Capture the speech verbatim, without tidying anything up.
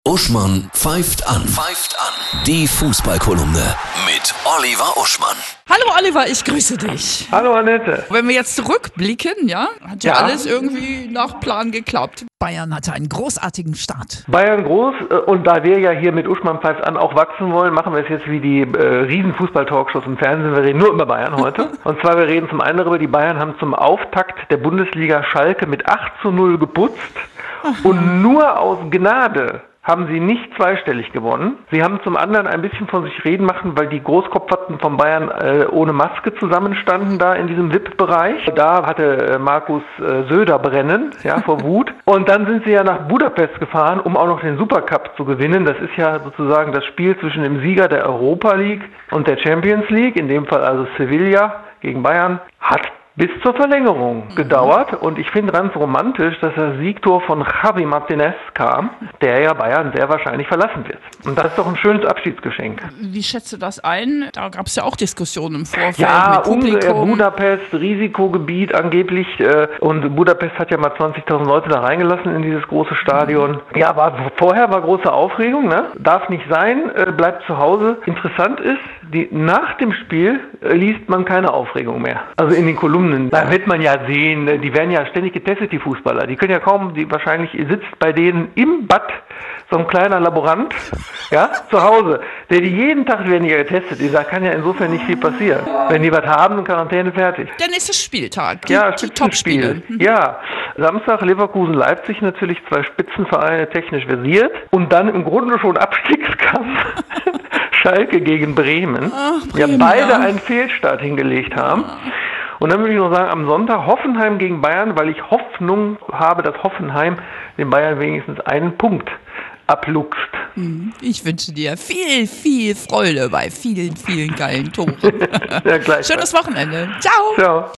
Uschmann pfeift an. Pfeift an. Die Fußballkolumne mit Oliver Uschmann. Hallo Oliver, ich grüße dich. Hallo Annette. Wenn wir jetzt zurückblicken, ja, hat ja, Ja. alles irgendwie nach Plan geklappt. Bayern hatte einen großartigen Start. Bayern groß äh, und da wir ja hier mit Uschmann pfeift an auch wachsen wollen, machen wir es jetzt wie die äh, riesen Fußball-Talkshows im Fernsehen. Wir reden nur über Bayern heute. Und zwar, wir reden zum einen darüber, die Bayern haben zum Auftakt der Bundesliga Schalke mit acht zu null geputzt. Und nur aus Gnade haben sie nicht zweistellig gewonnen. Sie haben zum anderen ein bisschen von sich reden machen, weil die Großkopferten von Bayern äh, ohne Maske zusammenstanden da in diesem V I P-Bereich. Da hatte äh, Markus äh, Söder brennen, ja, vor Wut. Und dann sind sie ja nach Budapest gefahren, um auch noch den Supercup zu gewinnen. Das ist ja sozusagen das Spiel zwischen dem Sieger der Europa League und der Champions League, in dem Fall also Sevilla gegen Bayern, hat bis zur Verlängerung gedauert und ich finde ganz romantisch, dass das Siegtor von Javi Martinez kam, der ja Bayern sehr wahrscheinlich verlassen wird. Und das ist doch ein schönes Abschiedsgeschenk. Wie schätzt du das ein? Da gab es ja auch Diskussionen im Vorfeld Ja, mit um, äh, Publikum. Budapest, Risikogebiet angeblich äh, und Budapest hat ja mal zwanzigtausend Leute da reingelassen in dieses große Stadion. Mhm. Ja, war, vorher war große Aufregung, ne? Darf nicht sein, äh, bleibt zu Hause. Interessant ist, die, nach dem Spiel äh, liest man keine Aufregung mehr. Also in den Kolumnen. Da wird man ja sehen, die werden ja ständig getestet, die Fußballer. Die können ja kaum, die wahrscheinlich sitzt bei denen im Bad so ein kleiner Laborant, ja, zu Hause. Der die jeden Tag werden die ja getestet. Da kann ja insofern nicht viel passieren. Wenn die was haben, Quarantäne fertig. Der nächste Spieltag. Die, Ja, die Spitzenspiel. Topspiele. Mhm. Ja, Samstag Leverkusen-Leipzig natürlich zwei Spitzenvereine technisch versiert. Und dann im Grunde schon Abstiegskampf. Schalke gegen Bremen. Ach, ja, Bremen, beide ja. einen Fehlstart hingelegt haben. Und dann würde ich noch sagen, am Sonntag Hoffenheim gegen Bayern, weil ich Hoffnung habe, dass Hoffenheim den Bayern wenigstens einen Punkt abluchst. Ich wünsche dir viel, viel Freude bei vielen, vielen geilen Toren. Ja, gleichfalls. Schönes Wochenende. Ciao. Ciao.